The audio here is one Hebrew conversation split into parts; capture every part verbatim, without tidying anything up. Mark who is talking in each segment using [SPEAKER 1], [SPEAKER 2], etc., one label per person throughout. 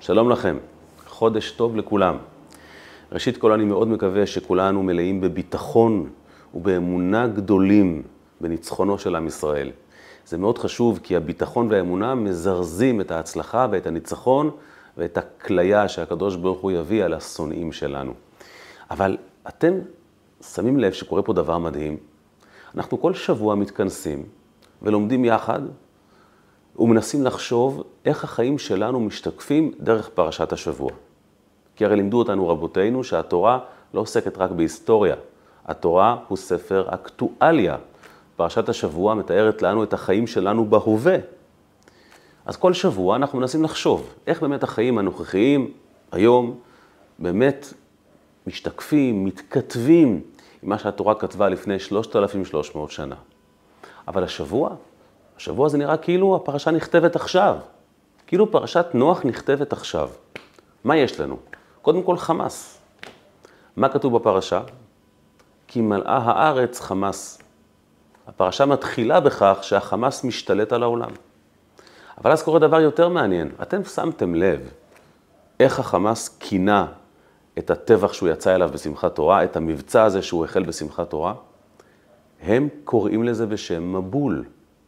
[SPEAKER 1] שלום לכם, חודש טוב לכולם. ראשית כל אני מאוד מקווה שכולנו מלאים בביטחון ובאמונה גדולים בניצחונו של עם ישראל. זה מאוד חשוב כי הביטחון והאמונה מזרזים את ההצלחה ואת הניצחון ואת הכליה שהקדוש ברוך הוא יביא על השונאים שלנו. אבל אתם שמים לב שקורה פה דבר מדהים. אנחנו כל שבוע מתכנסים ולומדים יחד ומנסים לחשוב איך החיים שלנו משתקפים דרך פרשת השבוע. כי הרי לימדו אותנו רבותינו שהתורה לא עוסקת רק בהיסטוריה. התורה הוא ספר אקטואליה. פרשת השבוע מתארת לנו את החיים שלנו בהווה. אז כל שבוע אנחנו מנסים לחשוב איך באמת החיים הנוכחיים היום באמת משתקפים, מתכתבים עם מה שהתורה כתבה לפני שלושת אלפים ושלוש מאות שנה. אבל השבוע, השבוע זה נראה כאילו הפרשה נכתבת עכשיו. כאילו פרשת נוח נכתבת עכשיו. מה יש לנו? קודם כל חמאס. מה כתוב בפרשה? כי מלאה הארץ חמאס. הפרשה מתחילה בכך שהחמאס משתלט על העולם. אבל אז קורה דבר יותר מעניין. אתם שמתם לב איך החמאס כינה את הטבח שהוא יצא אליו בשמחת תורה, את המבצע הזה שהוא החל בשמחת תורה? הם קוראים לזה בשם מבול.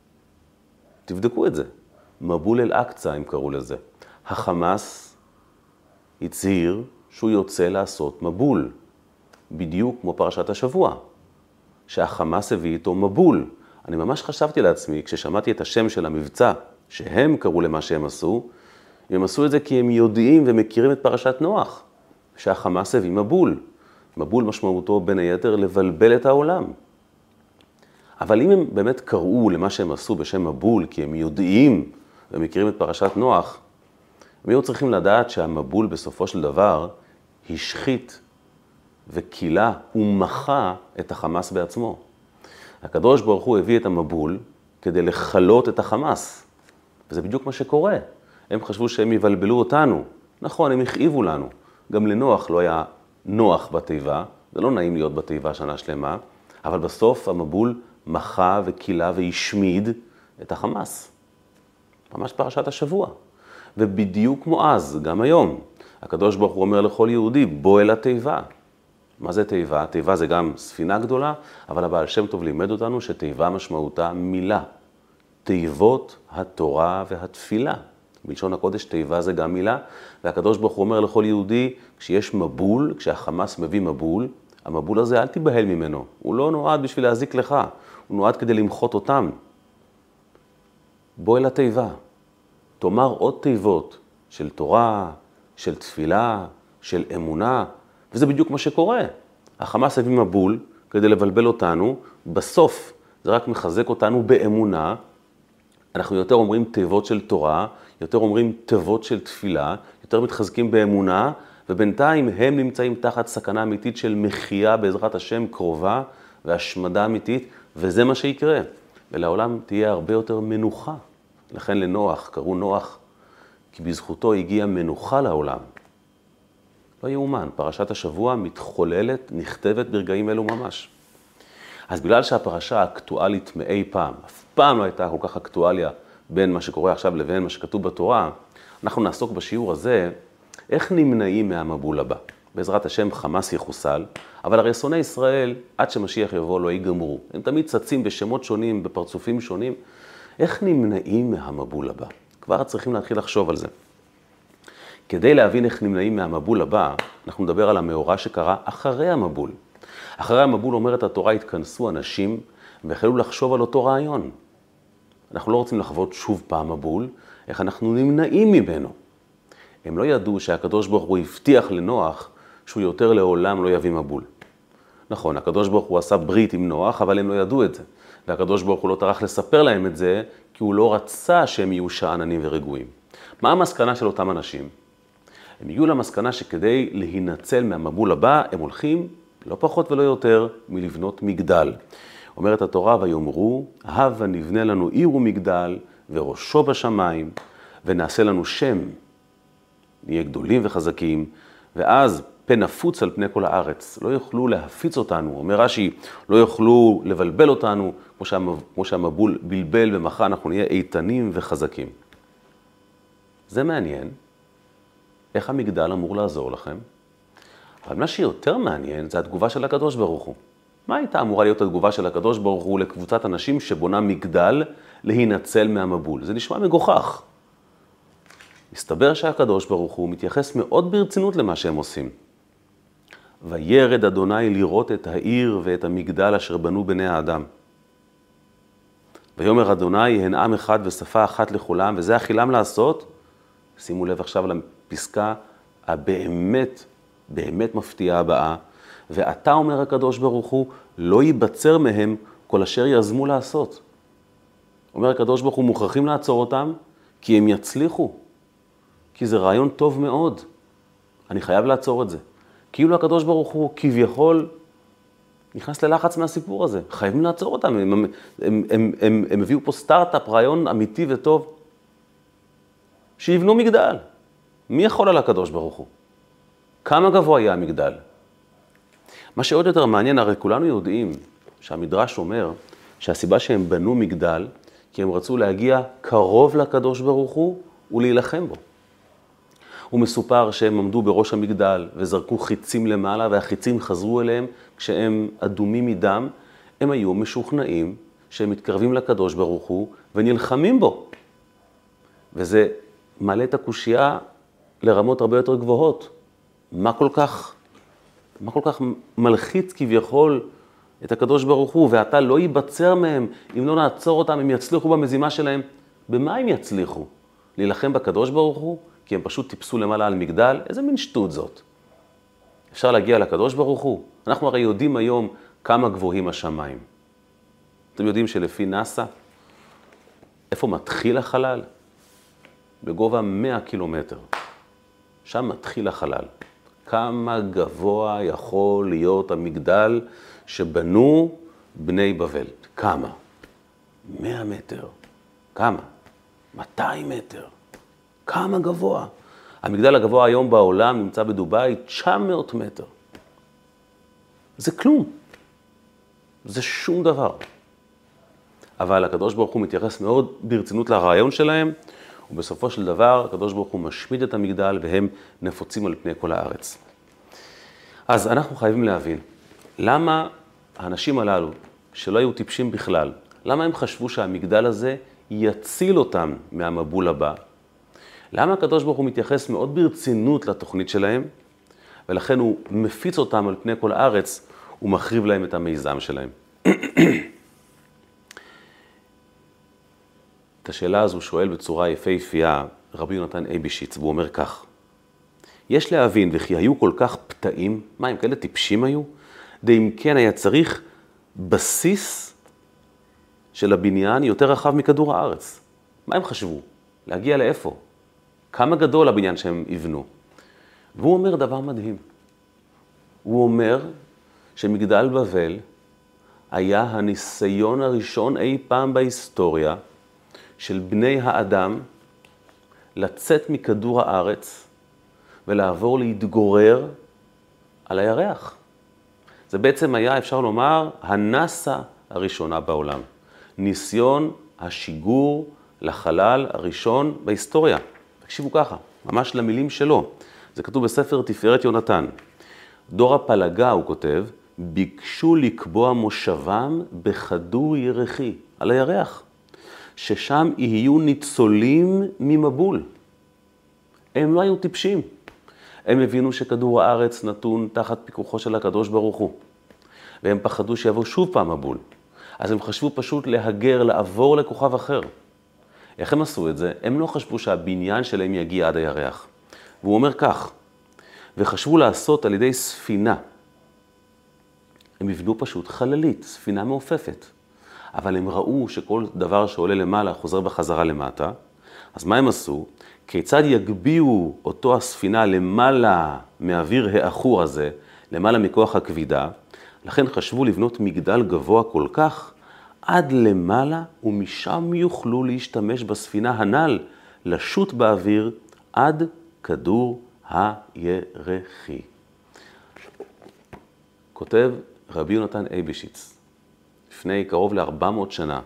[SPEAKER 1] תבדקו את זה. מבול אל-אקצא הם קראו לזה. החמאס הצהיר שהוא יוצא לעשות מבול. בדיוק כמו פרשת השבוע. שהחמאס הביא איתו מבול. אני ממש חשבתי לעצמי, כששמעתי את השם של המבצע, שהם קראו למה שהם עשו, הם עשו את זה כי הם יודעים ומכירים את פרשת נוח. שהחמאס הביא מבול. מבול משמעותו בין היתר לבלבל את העולם. אבל אם הם באמת קראו למה שהם עשו בשם מבול, כי הם יודעים ומכירים את פרשת נוח, הם היו צריכים לדעת שהמבול בסופו של דבר השחית וקילה ומחה את החמאס בעצמו. הקדוש ברוך הוא הביא את המבול כדי לחלות את החמאס. וזה בדיוק מה שקורה. הם חשבו שהם יבלבלו אותנו. נכון, הם הכאיבו לנו. גם לנוח לא היה נוח בתיבה, זה לא נעים להיות בתיבה שנה שלמה, אבל בסוף המבול מחה וקילה והשמיד את החמאס. ממש פרשת השבוע. ובדיוק כמו אז, גם היום, הקדוש ברוך הוא אומר לכל יהודי, בוא אל התיבה. מה זה תיבה? תיבה זה גם ספינה גדולה, אבל הבעל שם טוב לימד אותנו שתיבה משמעותה מילה. תיבות התורה והתפילה. בלשון הקודש תיבה זה גם מילה, והקדוש ברוך הוא אומר לכל יהודי, כשיש מבול, כשהחמאס מביא מבול, המבול הזה אל תיבהל ממנו. הוא לא נועד בשביל להזיק לך, הוא נועד כדי למחות אותם. בוא אל התיבה. תאמר עוד תיבות של תורה, של תפילה, של אמונה, וזה בדיוק מה שקורה. החמאס הביא מבול כדי לבלבל אותנו, בסוף זה רק מחזק אותנו באמונה. אנחנו יותר אומרים תיבות של תורה, יותר אומרים תיבות של תפילה, יותר מתחזקים באמונה, ובינתיים הם נמצאים תחת סכנה אמיתית של מחייה בעזרת השם קרובה והשמדה אמיתית, וזה מה שיקרה. ולעולם תהיה הרבה יותר מנוחה. לכן לנוח, קראו נוח, כי בזכותו הגיעה מנוחה לעולם. לא יאומן, פרשת השבוע מתחוללת, נכתבת ברגעים אלו ממש. אז בגלל שהפרשה אקטואלית מאי פעם, אף פעם לא הייתה כל כך אקטואליה בין מה שקורה עכשיו לבין מה שכתוב בתורה, אנחנו נעסוק בשיעור הזה, איך נמנעים מהמבול הבא. בעזרת השם חמאס יחוסל, אבל הרי שונאי ישראל, עד שמשיח יבוא לא ייגמרו. הם תמיד צצים בשמות שונים, בפרצופים שונים. איך נמנעים מהמבול הבא? כבר צריכים להתחיל לחשוב על זה. כדי להבין איך נמנעים מהמבול הבא, אנחנו נדבר על המאורע שקרה אחרי המבול. אחרי המבול אומרת התורה, התכנסו אנשים והחלו לחשוב על אותו רעיון. אנחנו לא רוצים לחוות שוב פעם מבול, איך אנחנו נמנעים ממנו. הם לא ידעו שהקדוש ברוך הוא הבטיח לנוח שהוא יותר לעולם לא יביא מבול. נכון, הקדוש ברוך הוא עשה ברית עם נוח, אבל הם לא ידעו את זה. והקדוש ברוך הוא לא טרח לספר להם את זה, כי הוא לא רצה שהם יהיו שאננים ורגועים. מה המסקנה של אותם אנשים? הם הגיעו למסקנה שכדי להינצל מהמבול הבא, הם הולכים לא פחות ולא יותר מלבנות מגדל. אומרת התורה, ויאמרו, הבה נבנה לנו עיר ומגדל, וראשו בשמיים, ונעשה לנו שם. נהיה גדולים וחזקים, ואז פה נפוץ על פני כל הארץ. לא יוכלו להפיץ אותנו, אומר רש"י, לא יוכלו לבלבל אותנו, כמו שהמבול בלבל ומחה, אנחנו נהיה איתנים וחזקים. זה מעניין, איך המגדל אמור לעזור לכם? אבל מה שיותר מעניין זה התגובה של הקדוש ברוך הוא. מה הייתה אמורה להיות התגובה של הקדוש ברוך הוא לקבוצת אנשים שבונה מגדל להינצל מהמבול? זה נשמע מגוחך. מסתבר שהקדוש ברוך הוא מתייחס מאוד ברצינות למה שהם עושים. וירד אדוני לראות את העיר ואת המגדל אשר בנו בני האדם. ויאמר אדוני הן עם אחד ושפה אחת לכולם, וזה החילם לעשות. שימו לב עכשיו לפסקה הבאמת, באמת מפתיעה הבאה. ואתה אומר הקדוש ברוך הוא, לא ייבצר מהם כל אשר יזמו לעשות. אומר הקדוש ברוך הוא, מוכרחים לעצור אותם, כי הם יצליחו. כי זה רעיון טוב מאוד. אני חייב לעצור את זה. כאילו הקדוש ברוך הוא כביכול נכנס ללחץ מהסיפור הזה. חייבים לעצור אותם. הם, הם, הם, הם, הם, הם הביאו פה סטארט-אפ, רעיון אמיתי וטוב. שיבנו מגדל. מי יכול על הקדוש ברוך הוא? כמה גבוה היה המגדל? מה שעוד יותר מעניין, הרי כולנו יודעים שהמדרש אומר שהסיבה שהם בנו מגדל, כי הם רצו להגיע קרוב לקדוש ברוך הוא ולהילחם בו. הוא מסופר שהם עמדו בראש המגדל וזרקו חיצים למעלה, והחיצים חזרו אליהם כשהם אדומים מדם. הם היו משוכנעים שהם מתקרבים לקדוש ברוך הוא ונלחמים בו. וזה מעלה את הקושייה לרמות הרבה יותר גבוהות. מה כל כך, מה כל כך מלחיץ כביכול את הקדוש ברוך הוא, ואתה לא ייבצר מהם, אם לא נעצור אותם, הם יצליחו במזימה שלהם. במה הם יצליחו? להילחם בקדוש ברוך הוא? כי הם פשוט טיפסו למעלה על מגדל? איזה מין שטות זאת? אפשר להגיע לקדוש ברוך הוא? אנחנו הרי יודעים היום כמה גבוהים השמיים. אתם יודעים שלפי נאסא, איפה מתחיל החלל? בגובה מאה קילומטר. שם מתחיל החלל. כמה גבוה יכול להיות המגדל שבנו בני בבל? כמה? מאה מטר. כמה? מאתיים מטר. כמה גבוה? המגדל הגבוה היום בעולם נמצא בדובאי תשע מאות מטר. זה כלום. זה שום דבר. אבל הקדוש ברוך הוא מתייחס מאוד ברצינות לרעיון שלהם, ובסופו של דבר הקדוש ברוך הוא משמיד את המגדל והם נפוצים על פני כל הארץ. אז אנחנו חייבים להבין, למה האנשים הללו, שלא היו טיפשים בכלל, למה הם חשבו שהמגדל הזה יציל אותם מהמבול הבא? למה הקדוש ברוך הוא מתייחס מאוד ברצינות לתוכנית שלהם, ולכן הוא מפיץ אותם על פני כל הארץ ומחריב להם את המיזם שלהם? את השאלה הזו שואל בצורה יפהפייה רבי יונתן אייבשיץ, והוא אומר כך: יש להבין, וכי היו כל כך פתאים, מה הם כאלה טיפשים היו? דאם כן היה צריך בסיס של הבניין יותר רחב מכדור הארץ. מה הם חשבו? להגיע לאיפה? כמה גדול הבניין שהם יבנו? והוא אומר דבר מדהים. הוא אומר שמגדל בבל היה הניסיון הראשון אי פעם בהיסטוריה של בני האדם לצאת מכדור הארץ ולעבור להתגורר על הירח. זה בעצם היה, אפשר לומר, הנאסא הראשונה בעולם. ניסיון השיגור לחלל הראשון בהיסטוריה. תקשיבו ככה, ממש למילים שלו. זה כתוב בספר תפארת יונתן. דור הפלגה, הוא כותב, ביקשו לקבוע מושבם בכדור ירחי, על הירח, ששם יהיו ניצולים ממבול. הם לא היו טיפשים. הם הבינו שכדור הארץ נתון תחת פיקוחו של הקדוש ברוך הוא. והם פחדו שיבוא שוב פעם מבול. אז הם חשבו פשוט להגר, לעבור לכוכב אחר. איך הם עשו את זה? הם לא חשבו שהבניין שלהם יגיע עד הירח. והוא אומר כך: וחשבו לעשות על ידי ספינה. הם יבנו פשוט חללית, ספינה מעופפת. אבל הם ראו שכל דבר שעולה למעלה חוזר בחזרה למטה. אז מה הם עשו? כיצד יגביאו אותו הספינה למעלה מהאוויר העכור הזה, למעלה מכוח הכבידה? לכן חשבו לבנות מגדל גבוה כל כך, עד למעלה, ומשם יוכלו להשתמש בספינה הנ"ל, לשוט באוויר עד כדור הירחי. כותב רבי יונתן אייבשיץ, לפני קרוב ל-ארבע מאות שנה,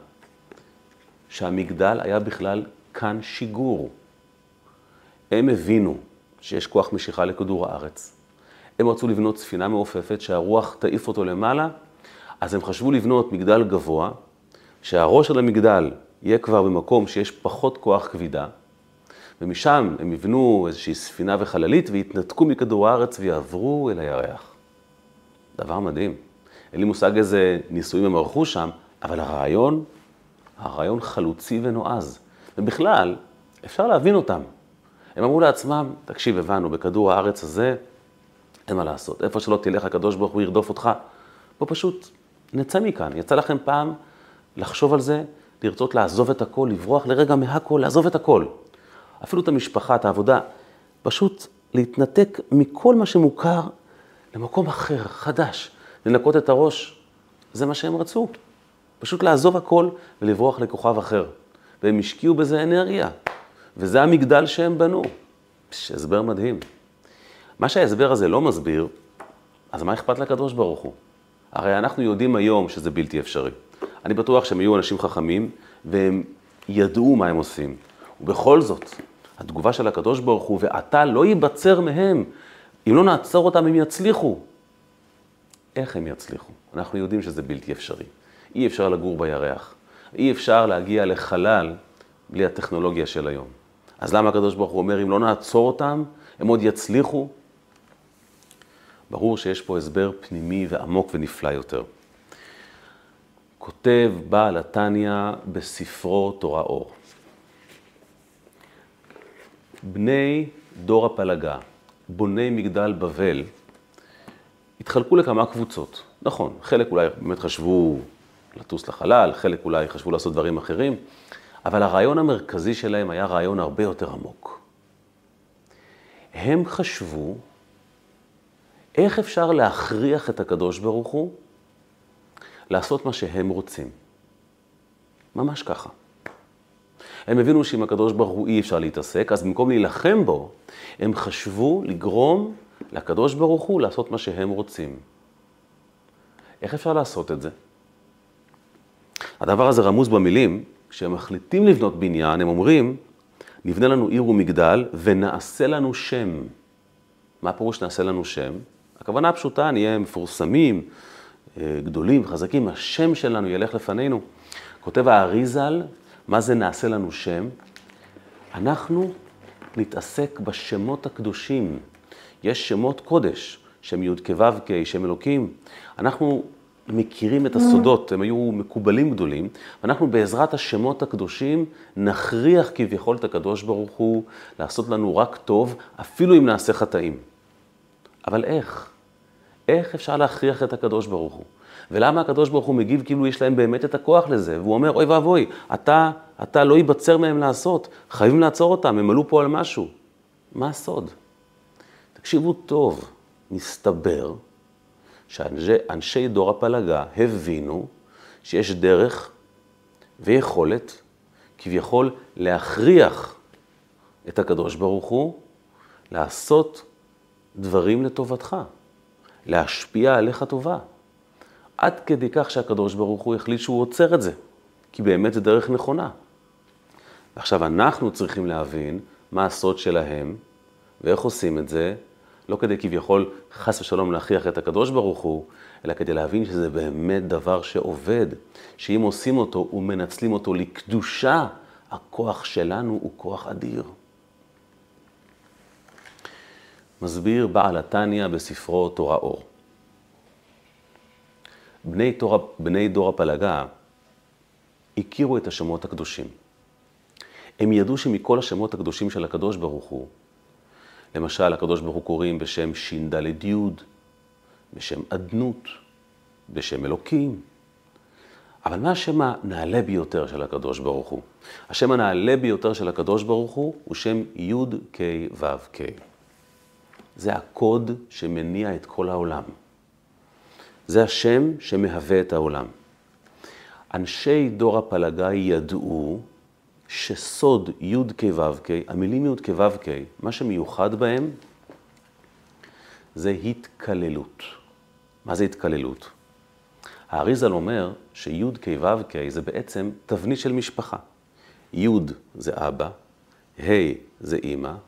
[SPEAKER 1] שהמגדל היה בכלל כאן שיגור. הם הבינו שיש כוח משיכה לכדור הארץ. הם רצו לבנות ספינה מעופפת שהרוח תעיף אותו למעלה, אז הם חשבו לבנות מגדל גבוה, שהראש של המגדל יהיה כבר במקום שיש פחות כוח כבידה, ומשם הם יבנו איזושהי ספינה וחללית ויתנתקו מכדור הארץ ויעברו אל הירח. דבר מדהים. אין לי מושג איזה ניסויים הם ערכו שם, אבל הרעיון, הרעיון חלוצי ונועז. ובכלל, אפשר להבין אותם. הם אמרו לעצמם, תקשיב, הבנו, בכדור הארץ הזה, אין מה לעשות. איפה שלא תלך, הקדוש ברוך הוא ירדוף אותך. בוא פשוט נצא מכאן. יצא לכם פעם לחשוב על זה, לרצות לעזוב את הכל, לברוח לרגע מהכל, לעזוב את הכל. אפילו את המשפחה, את העבודה, פשוט להתנתק מכל מה שמוכר למקום אחר, חדש, לנקות את הראש. זה מה שהם רצו. פשוט לעזוב הכל ולברוח לכוכב אחר. והם השקיעו בזה אנרגיה. וזה המגדל שהם בנו. פש, הסבר מדהים. מה שההסבר הזה לא מסביר, אז מה אכפת לקדוש ברוך הוא? הרי אנחנו יודעים היום שזה בלתי אפשרי. אני בטוח שהם היו אנשים חכמים, והם ידעו מה הם עושים. ובכל זאת, התגובה של הקדוש ברוך הוא, ואתה לא ייבצר מהם. אם לא נעצור אותם, הם יצליחו. איך הם יצליחו? אנחנו יודעים שזה בלתי אפשרי. אי אפשר לגור בירח. אי אפשר להגיע לחלל בלי הטכנולוגיה של היום. אז למה הקדוש ברוך הוא אומר, אם לא נעצור אותם, הם עוד יצליחו? ברור שיש פה הסבר פנימי ועמוק ונפלא יותר. כותב בעל התניא בספרו תורה אור. בני דור הפלגה, בוני מגדל בבל, התחלקו לכמה קבוצות. נכון, חלק אולי באמת חשבו לטוס לחלל, חלק אולי חשבו לעשות דברים אחרים, אבל הרעיון המרכזי שלהם היה רעיון הרבה יותר עמוק. הם חשבו איך אפשר להכריח את הקדוש ברוך הוא לעשות מה שהם רוצים. ממש ככה. הם הבינו שעם הקדוש ברוך הוא אי אפשר להתעסק, אז במקום להילחם בו, הם חשבו לגרום לקדוש ברוך הוא לעשות מה שהם רוצים. איך אפשר לעשות את זה? הדבר הזה רמוז במילים, כשהם מחליטים לבנות בניין, הם אומרים, נבנה לנו עיר ומגדל ונעשה לנו שם. מה הפירוש נעשה לנו שם? הכוונה הפשוטה, נהיה מפורסמים, גדולים, חזקים, השם שלנו ילך לפנינו. כותב האריזל, מה זה נעשה לנו שם? אנחנו נתעסק בשמות הקדושים. יש שמות קודש, שם י' כ' ו' כ', שם אלוקים. אנחנו מכירים את הסודות, הם היו מקובלים גדולים, ואנחנו בעזרת השמות הקדושים נכריח כביכול את הקדוש ברוך הוא לעשות לנו רק טוב, אפילו אם נעשה חטאים. אבל איך? איך אפשר להכריח את הקדוש ברוך הוא? ולמה הקדוש ברוך הוא מגיב כאילו יש להם באמת את הכוח לזה? והוא אומר, אוי ואבוי, אתה, אתה לא ייבצר מהם לעשות, חייבים לעצור אותם, הם עלו פה על משהו. מה הסוד? תקשיבו טוב, מסתבר שאנשי דור הפלגה הבינו שיש דרך ויכולת כביכול להכריח את הקדוש ברוך הוא לעשות דברים לטובתך, להשפיע עליך טובה. עד כדי כך שהקדוש ברוך הוא החליט שהוא עוצר את זה, כי באמת זה דרך נכונה. ועכשיו אנחנו צריכים להבין מה הסוד שלהם ואיך עושים את זה, לא כדי כביכול חס ושלום להכריח את הקדוש ברוך הוא, אלא כדי להבין שזה באמת דבר שעובד, שאם עושים אותו ומנצלים אותו לקדושה, הכוח שלנו הוא כוח אדיר. מסביר בעל התניא בספרו תורה אור. בני, תורה, בני דור הפלגה הכירו את השמות הקדושים. הם ידעו שמכל השמות הקדושים של הקדוש ברוך הוא, למשל, הקדוש ברוך הוא קוראים בשם ש"ד י', בשם אדנות, בשם אלוקים. אבל מה השם הנעלה ביותר של הקדוש ברוך הוא? השם הנעלה ביותר של הקדוש ברוך הוא הוא שם י' כ' ו' כ'. זה הקוד שמניע את כל העולם. זה השם שמהווה את העולם. אנשי דור הפלגה ידעו שסוד י' כ' ו' כ', המילים י' כ' ו' כ', מה שמיוחד בהם זה התקללות. מה זה התקללות? האריזל אומר שי' כ' ו' כ' זה בעצם תבנית של משפחה. י' זה אבא, ה' זה אמא,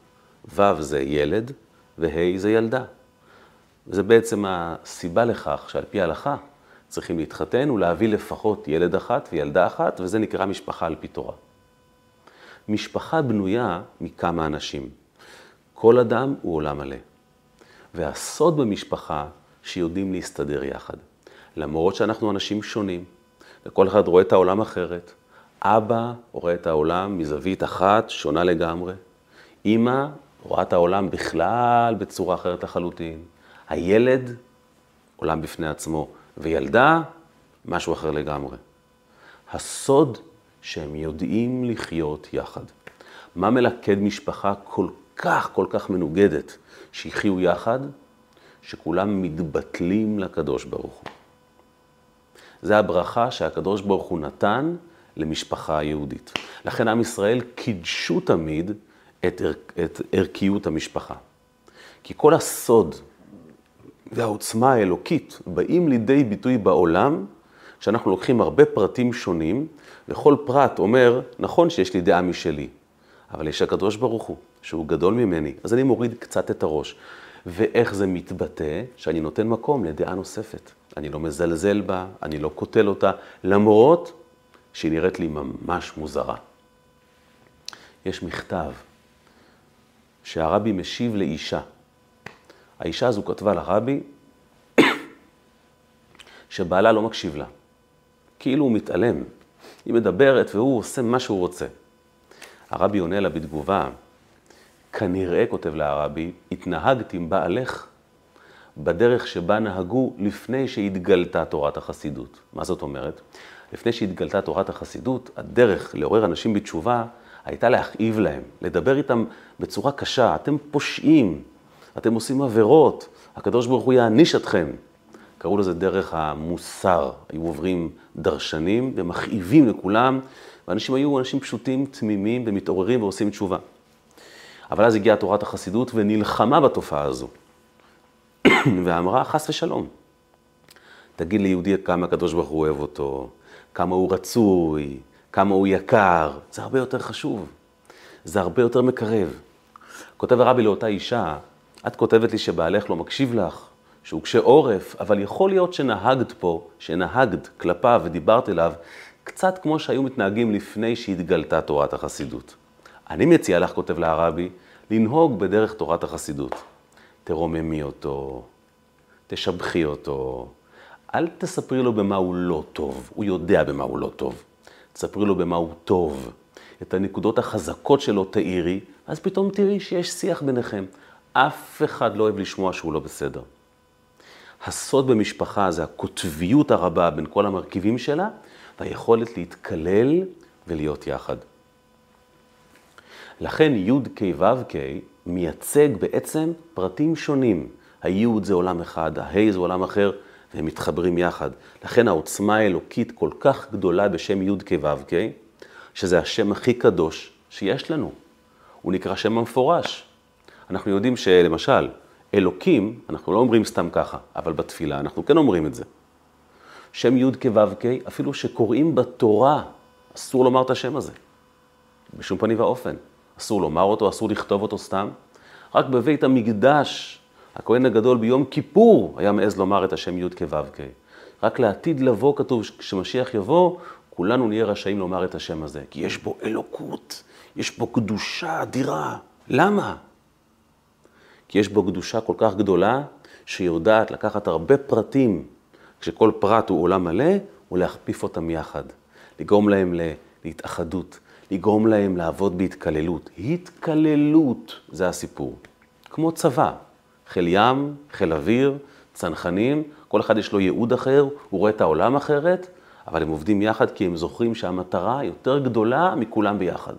[SPEAKER 1] ו' זה ילד וה' זה ילדה. וזה בעצם הסיבה לכך שעל פי ההלכה צריכים להתחתן ולהביא לפחות ילד אחת וילדה אחת, וזה נקרא משפחה על פי תורה. משפחה בנויה מכמה אנשים. כל אדם הוא עולם מלא. והסוד במשפחה שיודעים להסתדר יחד. למרות שאנחנו אנשים שונים, וכל אחד רואה את העולם אחרת. אבא רואה את העולם מזווית אחת, שונה לגמרי. אמא רואה את העולם בכלל בצורה אחרת לחלוטין. הילד, עולם בפני עצמו, וילדה, משהו אחר לגמרי. הסוד שהם יודעים לחיות יחד. מה מלכד משפחה כל כך, כל כך מנוגדת, שיחיו יחד, שכולם מתבטלים לקדוש ברוך הוא. זה הברכה שהקדוש ברוך הוא נתן למשפחה היהודית. לכן עם ישראל קידשו תמיד את, את ערכיות המשפחה. כי כל הסוד והעוצמה האלוקית באים לידי ביטוי בעולם, שאנחנו לוקחים הרבה פרטים שונים, וכל פרט אומר, נכון שיש לי דעה משלי, אבל יש הקדוש ברוך הוא, שהוא גדול ממני, אז אני מוריד קצת את הראש. ואיך זה מתבטא? שאני נותן מקום לדעה נוספת. אני לא מזלזל בה, אני לא קוטל אותה, למרות שהיא נראית לי ממש מוזרה. יש מכתב שהרבי משיב לאישה. האישה הזו כתבה לרבי שבעלה לא מקשיב לה. כאילו הוא מתעלם. היא מדברת והוא עושה מה שהוא רוצה. הרבי עונה לה בתגובה, כנראה, כותב לה הרבי, התנהגת עם בעלך בדרך שבה נהגו לפני שהתגלתה תורת החסידות. מה זאת אומרת? לפני שהתגלתה תורת החסידות, הדרך לעורר אנשים בתשובה הייתה להכאיב להם, לדבר איתם בצורה קשה. אתם פושעים, אתם עושים עבירות, הקדוש ברוך הוא יעניש אתכם. קראו לזה דרך המוסר. היו עוברים דרשנים ומכאיבים לכולם, ואנשים היו אנשים פשוטים, תמימים ומתעוררים ועושים תשובה. אבל אז הגיעה תורת החסידות ונלחמה בתופעה הזו. ואמרה, חס ושלום. תגיד ליהודי כמה הקדוש ברוך הוא אוהב אותו, כמה הוא רצוי, כמה הוא יקר. זה הרבה יותר חשוב. זה הרבה יותר מקרב. כותב הרבי לאותה אישה, את כותבת לי שבעלך לא מקשיב לך, שהוא קשה עורף, אבל יכול להיות שנהגת פה, שנהגת כלפיו ודיברת אליו, קצת כמו שהיו מתנהגים לפני שהתגלתה תורת החסידות. אני מציע לך, כותב לה הרבי, לנהוג בדרך תורת החסידות. תרוממי אותו, תשבחי אותו, אל תספרי לו במה הוא לא טוב, הוא יודע במה הוא לא טוב. תספרי לו במה הוא טוב. את הנקודות החזקות שלו תאירי, אז פתאום תראי שיש שיח ביניכם. אף אחד לא אוהב לשמוע שהוא לא בסדר. הסוד במשפחה זה הקוטביות הרבה בין כל המרכיבים שלה, והיכולת להתקלל ולהיות יחד. לכן י' כ' ו' כ' מייצג בעצם פרטים שונים. הי' זה עולם אחד, ה' זה עולם אחר, והם מתחברים יחד. לכן העוצמה האלוקית כל כך גדולה בשם י' כ' ו' כ', שזה השם הכי קדוש שיש לנו. הוא נקרא שם המפורש. אנחנו יודעים שלמשל, אלוקים, אנחנו לא אומרים סתם ככה, אבל בתפילה אנחנו כן אומרים את זה. שם י' כ' ו' כ', אפילו שקוראים בתורה, אסור לומר את השם הזה. בשום פנים ואופן. אסור לומר אותו, אסור לכתוב אותו סתם. רק בבית המקדש, הכהן הגדול ביום כיפור היה מעז לומר את השם י' כ' ו' כ'. רק לעתיד לבוא כתוב, כשמשיח יבוא, כולנו נהיה רשאים לומר את השם הזה. כי יש בו אלוקות, יש בו קדושה אדירה. למה? כי יש בו קדושה כל כך גדולה, שיודעת לקחת הרבה פרטים, כשכל פרט הוא עולם מלא, ולהכפיף אותם יחד. לגרום להם להתאחדות, לגרום להם לעבוד בהתקללות. התקללות זה הסיפור. כמו צבא, חיל ים, חיל אוויר, צנחנים, כל אחד יש לו ייעוד אחר, הוא רואה את העולם אחרת, אבל הם עובדים יחד כי הם זוכרים שהמטרה יותר גדולה מכולם ביחד.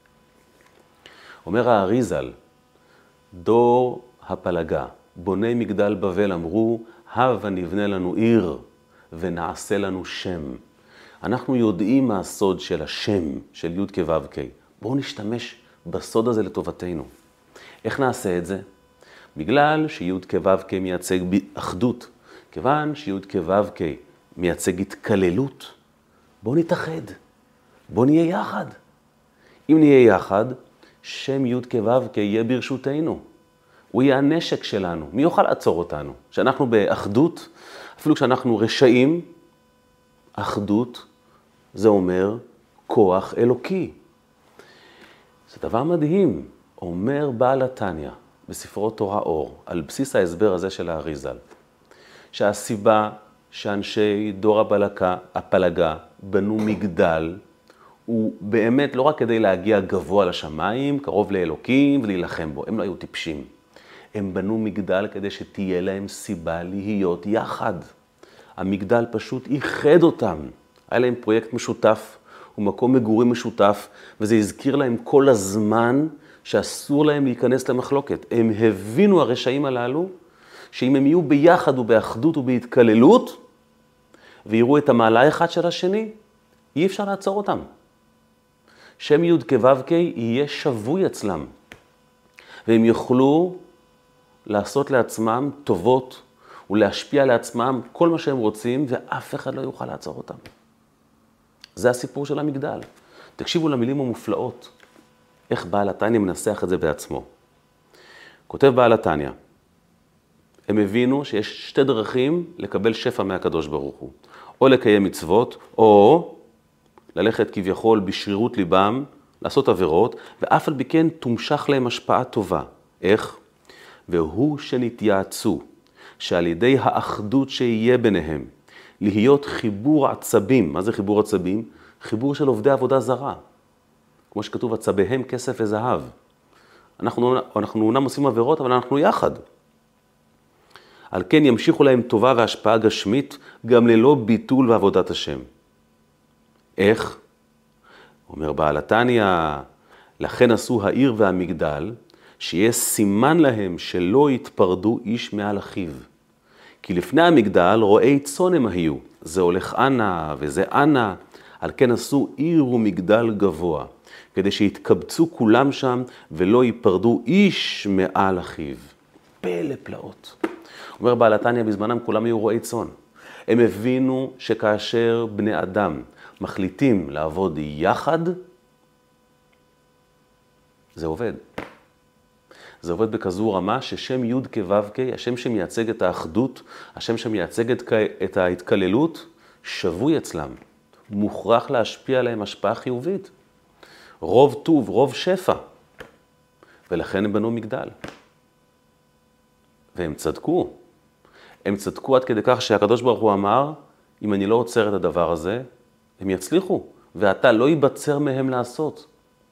[SPEAKER 1] אומר האריזל, דור הפלגה, בוני מגדל בבל אמרו, הבה נבנה לנו עיר ונעשה לנו שם. אנחנו יודעים מה הסוד של השם, של י' כ' ו' כ'. בואו נשתמש בסוד הזה לטובתנו. איך נעשה את זה? בגלל שי' כ' ו' כ' מייצג באחדות, כיוון שי' כ' ו' כ' מייצג התקללות, בואו נתאחד, בואו נהיה יחד. אם נהיה יחד, שם י' כו' כי יהיה ברשותנו. הוא יהיה הנשק שלנו. מי יוכל לעצור אותנו? שאנחנו באחדות, אפילו כשאנחנו רשעים, אחדות זה אומר כוח אלוקי. זה דבר מדהים. אומר בעל התניא בספרו תורה אור, על בסיס ההסבר הזה של האריז"ל, שהסיבה שאנשי דור הפלגה, הפלגה בנו מגדל, הוא באמת לא רק כדי להגיע גבוה לשמיים, קרוב לאלוקים ולהילחם בו. הם לא היו טיפשים. הם בנו מגדל כדי שתהיה להם סיבה להיות יחד. המגדל פשוט איחד אותם. היה להם פרויקט משותף ומקום מגורים משותף, וזה הזכיר להם כל הזמן שאסור להם להיכנס למחלוקת. הם הבינו הרשעים הללו, שאם הם יהיו ביחד ובאחדות ובהתקללות, ויראו את המעלה אחד של השני, אי אפשר לעצור אותם. שם י' כו' כי יהיה שבוי אצלם, והם יוכלו לעשות לעצמם טובות, ולהשפיע לעצמם כל מה שהם רוצים, ואף אחד לא יוכל לעצור אותם. זה הסיפור של המגדל. תקשיבו למילים המופלאות, איך בעל התניא מנסח את זה בעצמו. כותב בעל התניא, הם הבינו שיש שתי דרכים לקבל שפע מהקדוש ברוך הוא. או לקיים מצוות, או ללכת כביכול בשרירות ליבם, לעשות עבירות, ואף על פי כן תומשך להם השפעה טובה. איך? והוא שנתייעצו, שעל ידי האחדות שיהיה ביניהם, להיות חיבור עצבים. מה זה חיבור עצבים? חיבור של עובדי עבודה זרה. כמו שכתוב, עצביהם כסף וזהב. אנחנו, אנחנו אומנם עושים עבירות, אבל אנחנו יחד. על כן ימשיכו להם טובה והשפעה גשמית, גם ללא ביטול ועבודת השם. איך? אומר בעל התניא, לכן עשו העיר והמגדל, שיהיה סימן להם שלא יתפרדו איש מעל אחיו. כי לפני המגדל רועי צאן הם היו, זה הולך אנה וזה אנה, על כן עשו עיר ומגדל גבוה, כדי שיתקבצו כולם שם ולא ייפרדו איש מעל אחיו. פלא פלאות. אומר בעל התניא, בזמנם כולם היו רועי צאן. הם הבינו שכאשר בני אדם מחליטים לעבוד יחד, זה עובד. זה עובד בכזו רמה ששם י' כו' כי, השם שמייצג את האחדות, השם שמייצג את ההתקללות, שבוי אצלם. מוכרח להשפיע עליהם השפעה חיובית. רוב טוב, רוב שפע. ולכן הם בנו מגדל. והם צדקו. הם צדקו עד כדי כך שהקדוש ברוך הוא אמר, אם אני לא עוצר את הדבר הזה, הם יצליחו, ואתה לא ייבצר מהם לעשות.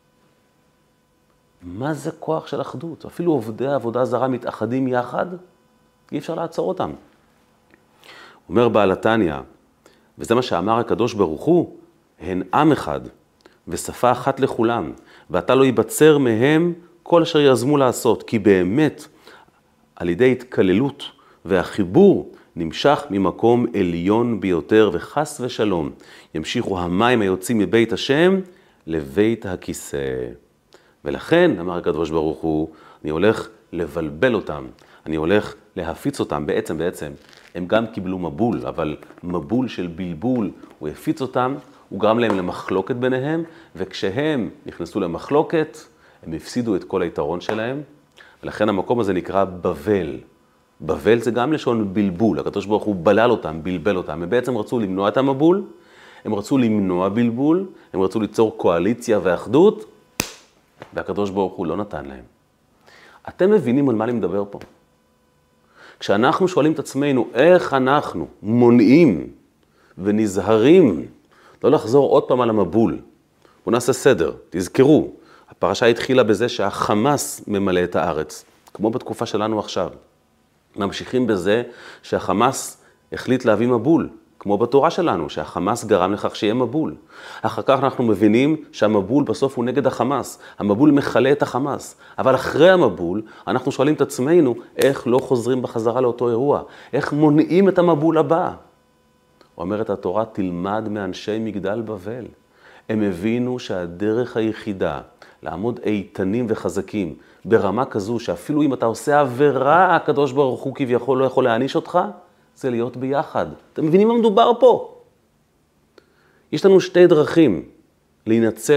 [SPEAKER 1] מה זה כוח של אחדות? אפילו עובדי העבודה זרה מתאחדים יחד, אי אפשר לעצור אותם. אומר בעל התניא, וזה מה שאמר הקדוש ברוך הוא, הן עם אחד, ושפה אחת לכולם, ואתה לא ייבצר מהם כל אשר יזמו לעשות, כי באמת, על ידי התקללות והחיבור, נמשך ממקום עליון ביותר, וחס ושלום, ימשיכו המים היוצאים מבית השם לבית הכיסא. ולכן, אמר הקדוש ברוך הוא, אני הולך לבלבל אותם, אני הולך להפיץ אותם. בעצם, בעצם, הם גם קיבלו מבול, אבל מבול של בלבול, הוא הפיץ אותם, הוא גרם להם למחלוקת ביניהם, וכשהם נכנסו למחלוקת, הם הפסידו את כל היתרון שלהם, ולכן המקום הזה נקרא בבל. בבל זה גם לשון בלבול, הקדוש ברוך הוא בלל אותם, בלבל אותם. הם בעצם רצו למנוע את המבול, הם רצו למנוע בלבול, הם רצו ליצור קואליציה ואחדות, והקדוש ברוך הוא לא נתן להם. אתם מבינים על מה אני מדבר פה? כשאנחנו שואלים את עצמנו איך אנחנו מונעים ונזהרים לא לחזור עוד פעם על המבול, בואו נעשה סדר, תזכרו, הפרשה התחילה בזה שהחמאס ממלא את הארץ, כמו בתקופה שלנו עכשיו. ממשיכים בזה שהחמאס החליט להביא מבול, כמו בתורה שלנו, שהחמאס גרם לכך שיהיה מבול. אחר כך אנחנו מבינים שהמבול בסוף הוא נגד החמאס. המבול מחלה את החמאס. אבל אחרי המבול, אנחנו שואלים את עצמנו איך לא חוזרים בחזרה לאותו אירוע. איך מונעים את המבול הבא. אומרת התורה, תלמד מאנשי מגדל בבל. הם הבינו שהדרך היחידה לעמוד איתנים וחזקים ברמה כזו שאפילו אם אתה עושה עבירה, הקדוש ברוך הוא כביכול לא יכול להעניש אותך, זה להיות ביחד. אתם מבינים מה מדובר פה? יש לנו שתי דרכים להינצל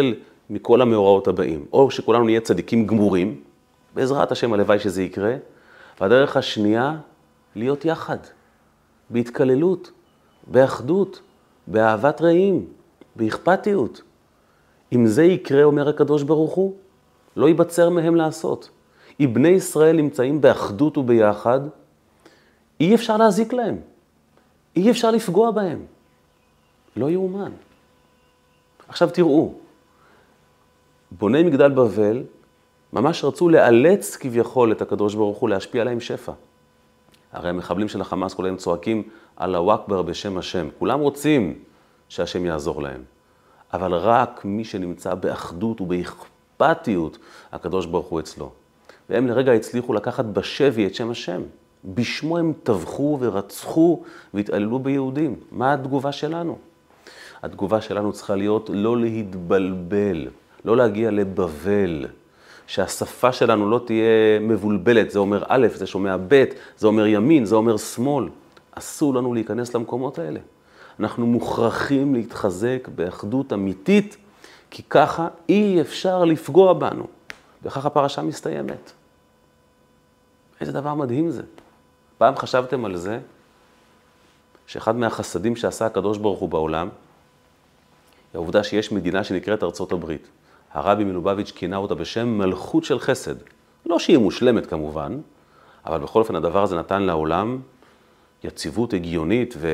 [SPEAKER 1] מכל המאורעות הבאים. או שכולנו נהיה צדיקים גמורים, בעזרת השם הלוואי שזה יקרה, והדרך השנייה, להיות יחד, בהתקללות, באחדות, באהבת רעים, באכפתיות. אם זה יקרה, אומר הקדוש ברוך הוא, לא ייבצר מהם לעשות. אם בני ישראל נמצאים באחדות וביחד, אי אפשר להזיק להם. אי אפשר לפגוע בהם. לא יאומן. עכשיו תראו, בוני מגדל בבל ממש רצו לאלץ כביכול את הקדוש ברוך הוא להשפיע עליהם שפע. הרי המחבלים של החמאס כולם צועקים אללהו אכבר בשם השם. כולם רוצים שהשם יעזור להם. אבל רק מי שנמצא באחדות ובאכפתיות, הקדוש ברוך הוא אצלו. והם לרגע הצליחו לקחת בשבי את שם השם. בשמו הם טבחו ורצחו והתעללו ביהודים. מה התגובה שלנו? התגובה שלנו צריכה להיות לא להתבלבל, לא להגיע לבבל. שהשפה שלנו לא תהיה מבולבלת, זה אומר א', זה שומע ב', זה אומר ימין, זה אומר שמאל. אסור לנו להיכנס למקומות האלה. אנחנו מוכרחים להתחזק באחדות אמיתית, כי ככה אי אפשר לפגוע בנו. וככה הפרשה מסתיימת. איזה דבר מדהים זה. פעם חשבתם על זה, שאחד מהחסדים שעשה הקדוש ברוך הוא בעולם, היא העובדה שיש מדינה שנקראת ארצות הברית. הרבי מלובביץ' כינה אותה בשם מלכות של חסד. לא שהיא מושלמת כמובן, אבל בכל אופן הדבר הזה נתן לעולם יציבות הגיונית ו...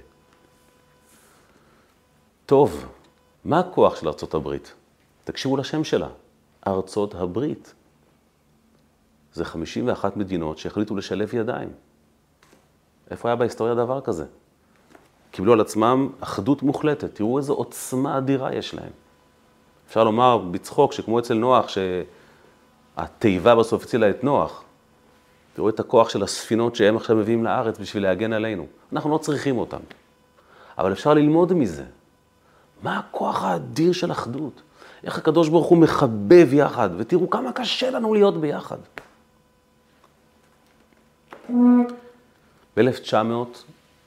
[SPEAKER 1] טוב, מה הכוח של ארצות הברית? תקשיבו לשם שלה, ארצות הברית. זה חמישים ואחת מדינות שהחליטו לשלב ידיים. איפה היה בהיסטוריה דבר כזה? קיבלו על עצמם אחדות מוחלטת. תראו איזו עוצמה אדירה יש להם. אפשר לומר בצחוק שכמו אצל נוח, שהתיבה בסוף הצילה את נוח. תראו את הכוח של הספינות שהם עכשיו מביאים לארץ בשביל להגן עלינו. אנחנו לא צריכים אותם. אבל אפשר ללמוד מזה. מה הכוח האדיר של אחדות? איך הקדוש ברוך הוא מחבב יחד, ותראו כמה קשה לנו להיות ביחד. ב-אלף תשע מאות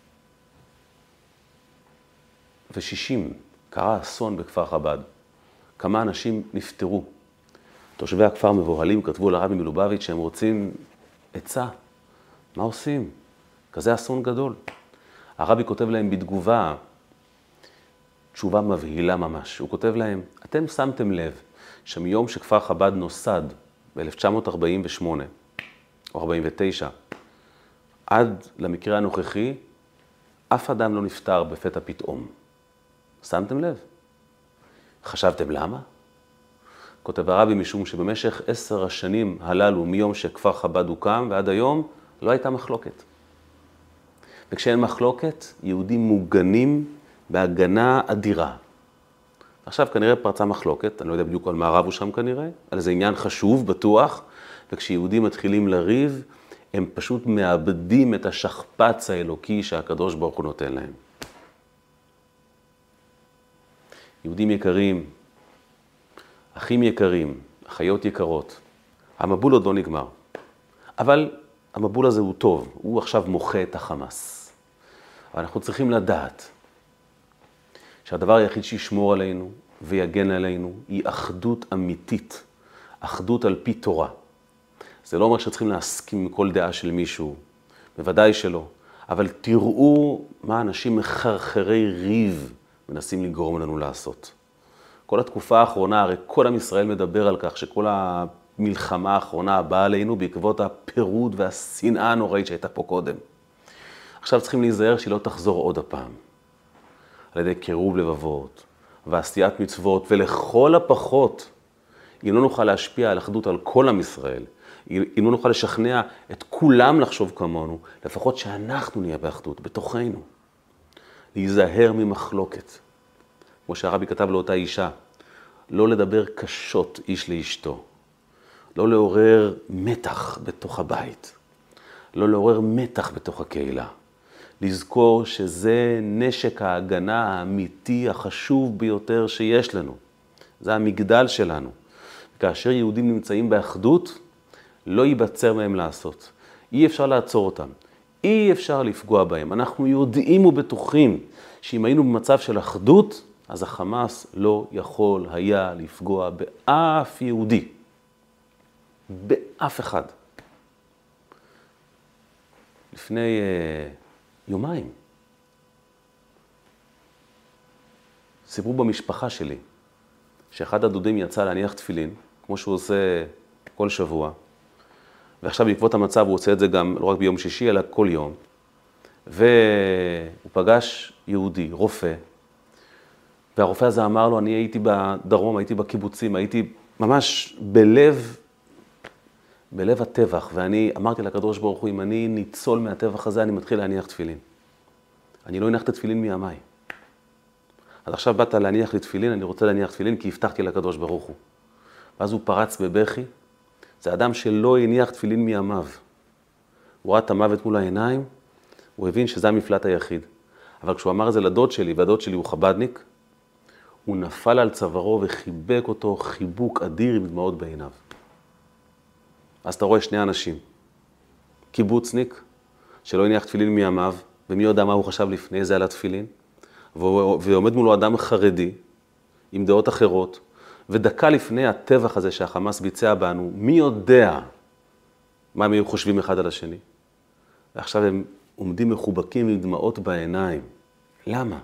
[SPEAKER 1] ושישים קרה אסון בכפר חב"ד. כמה אנשים נפטרו. תושבי הכפר מבוהלים כתבו לרבי מלובביץ' שהם רוצים עצה. מה עושים? כזה אסון גדול. הרבי כותב להם בתגובה, תשובה מבהילה ממש. הוא כותב להם, אתם שמתם לב שמיום שכפר חב"ד נוסד ב-אלף תשע מאות ארבעים ושמונה או ארבעים ותשע, עד למקרה הנוכחי, אף אדם לא נפטר בפתע פתאום. שמתם לב? חשבתם למה? כותב הרבי משום שבמשך עשר השנים הללו מיום שכפר חב"ד הוקם ועד היום לא הייתה מחלוקת. וכשאין מחלוקת, יהודים מוגנים בהגנה אדירה. עכשיו כנראה פרצה מחלוקת, אני לא יודע בדיוק על מה רבו שם כנראה, על איזה עניין חשוב, בטוח, וכשיהודים מתחילים לריב, הם פשוט מאבדים את השכפ"ץ האלוקי שהקדוש ברוך הוא נותן להם. יהודים יקרים, אחים יקרים, אחיות יקרות, המבול עוד לא נגמר. אבל המבול הזה הוא טוב, הוא עכשיו מוחה את החמאס. אבל אנחנו צריכים לדעת שהדבר היחיד שישמור עלינו ויגן עלינו היא אחדות אמיתית, אחדות על פי תורה. זה לא אומר שצריכים להסכים עם כל דעה של מישהו, בוודאי שלא, אבל תראו מה אנשים מחרחרי ריב מנסים לגרום לנו לעשות. כל התקופה האחרונה, הרי כל עם ישראל מדבר על כך שכל המלחמה האחרונה באה עלינו בעקבות הפירוד והשנאה הנוראית שהייתה פה קודם. עכשיו צריכים להיזהר שהיא לא תחזור עוד הפעם. על ידי קירוב לבבות ועשיית מצוות, ולכל הפחות, אם לא נוכל להשפיע על אחדות על כל עם ישראל, אם לא נוכל לשכנע את כולם לחשוב כמונו, לפחות שאנחנו נהיה באחדות, בתוכנו. להיזהר ממחלוקת. כמו שהרבי כתב לאותה אישה, לא לדבר קשות איש לאשתו. לא לעורר מתח בתוך הבית. לא לעורר מתח בתוך הקהילה. לזכור שזה נשק ההגנה האמיתי החשוב ביותר שיש לנו. זה המגדל שלנו. כאשר יהודים נמצאים באחדות, לא ייבצר מהם לעשות. אי אפשר לעצור אותם. אי אפשר לפגוע בהם. אנחנו יודעים ובטוחים שאם היינו במצב של אחדות, אז החמאס לא יכול היה לפגוע באף יהודי. באף אחד. לפני uh, יומיים, סיפרו במשפחה שלי, שאחד הדודים יצא להניח תפילין, כמו שהוא עושה כל שבוע, ועכשיו בעקבות המצב הוא עושה את זה גם לא רק ביום שישי, אלא כל יום, והוא פגש יהודי, רופא, והרופא הזה אמר לו, אני הייתי בדרום, הייתי בקיבוצים, הייתי ממש בלב, בלב הטבח, ואני אמרתי לקדוש ברוך הוא, אם אני ניצול מהטבח הזה, אני מתחיל להניח תפילין. אני לא הנחת תפילין מימיי. אז עכשיו באת להניח לי תפילין, אני רוצה להניח תפילין, כי הבטחתי לקדוש ברוך הוא. ואז הוא פרץ בבכי. זה אדם שלא הניח תפילין מימיו. הוא ראה את המוות מול העיניים, הוא הבין שזה המפלט היחיד. אבל כשהוא אמר את זה לדוד שלי, והדוד שלי הוא חבדניק, הוא נפל על צווארו וחיבק אותו חיבוק אדיר עם דמעות בעיניו. אז אתה רואה שני אנשים. קיבוצניק, שלא הניח תפילין מימיו, ומי יודע מה הוא חשב לפני זה על התפילין, ועומד מולו אדם חרדי, עם דעות אחרות, ודקה לפני הטבח הזה שהחמאס ביצע בנו, מי יודע מה הם היו חושבים אחד על השני? ועכשיו הם עומדים מחובקים עם דמעות בעיניים. למה?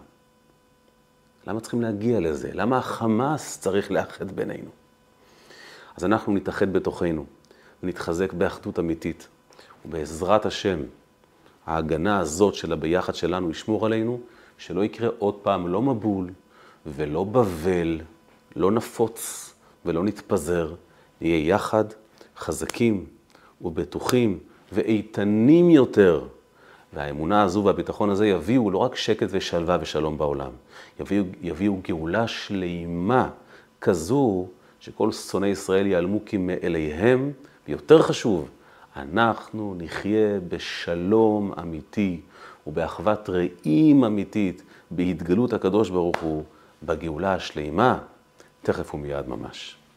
[SPEAKER 1] למה צריכים להגיע לזה? למה החמאס צריך לאחד בינינו? אז אנחנו נתאחד בתוכנו, ונתחזק באחדות אמיתית, ובעזרת השם, ההגנה הזאת של הביחד שלנו ישמור עלינו, שלא יקרה עוד פעם לא מבול ולא בבל, לא נפוץ ולא נתפזר, נהיה יחד חזקים ובטוחים ואיתנים יותר. והאמונה הזו והביטחון הזה יביאו לא רק שקט ושלווה ושלום בעולם, יביאו, יביאו גאולה שלימה כזו שכל שונאי ישראל ייעלמו כמאליהם, ויותר חשוב, אנחנו נחיה בשלום אמיתי ובאחוות רעים אמיתית, בהתגלות הקדוש ברוך הוא, בגאולה השלימה, תכף ומיד ממש.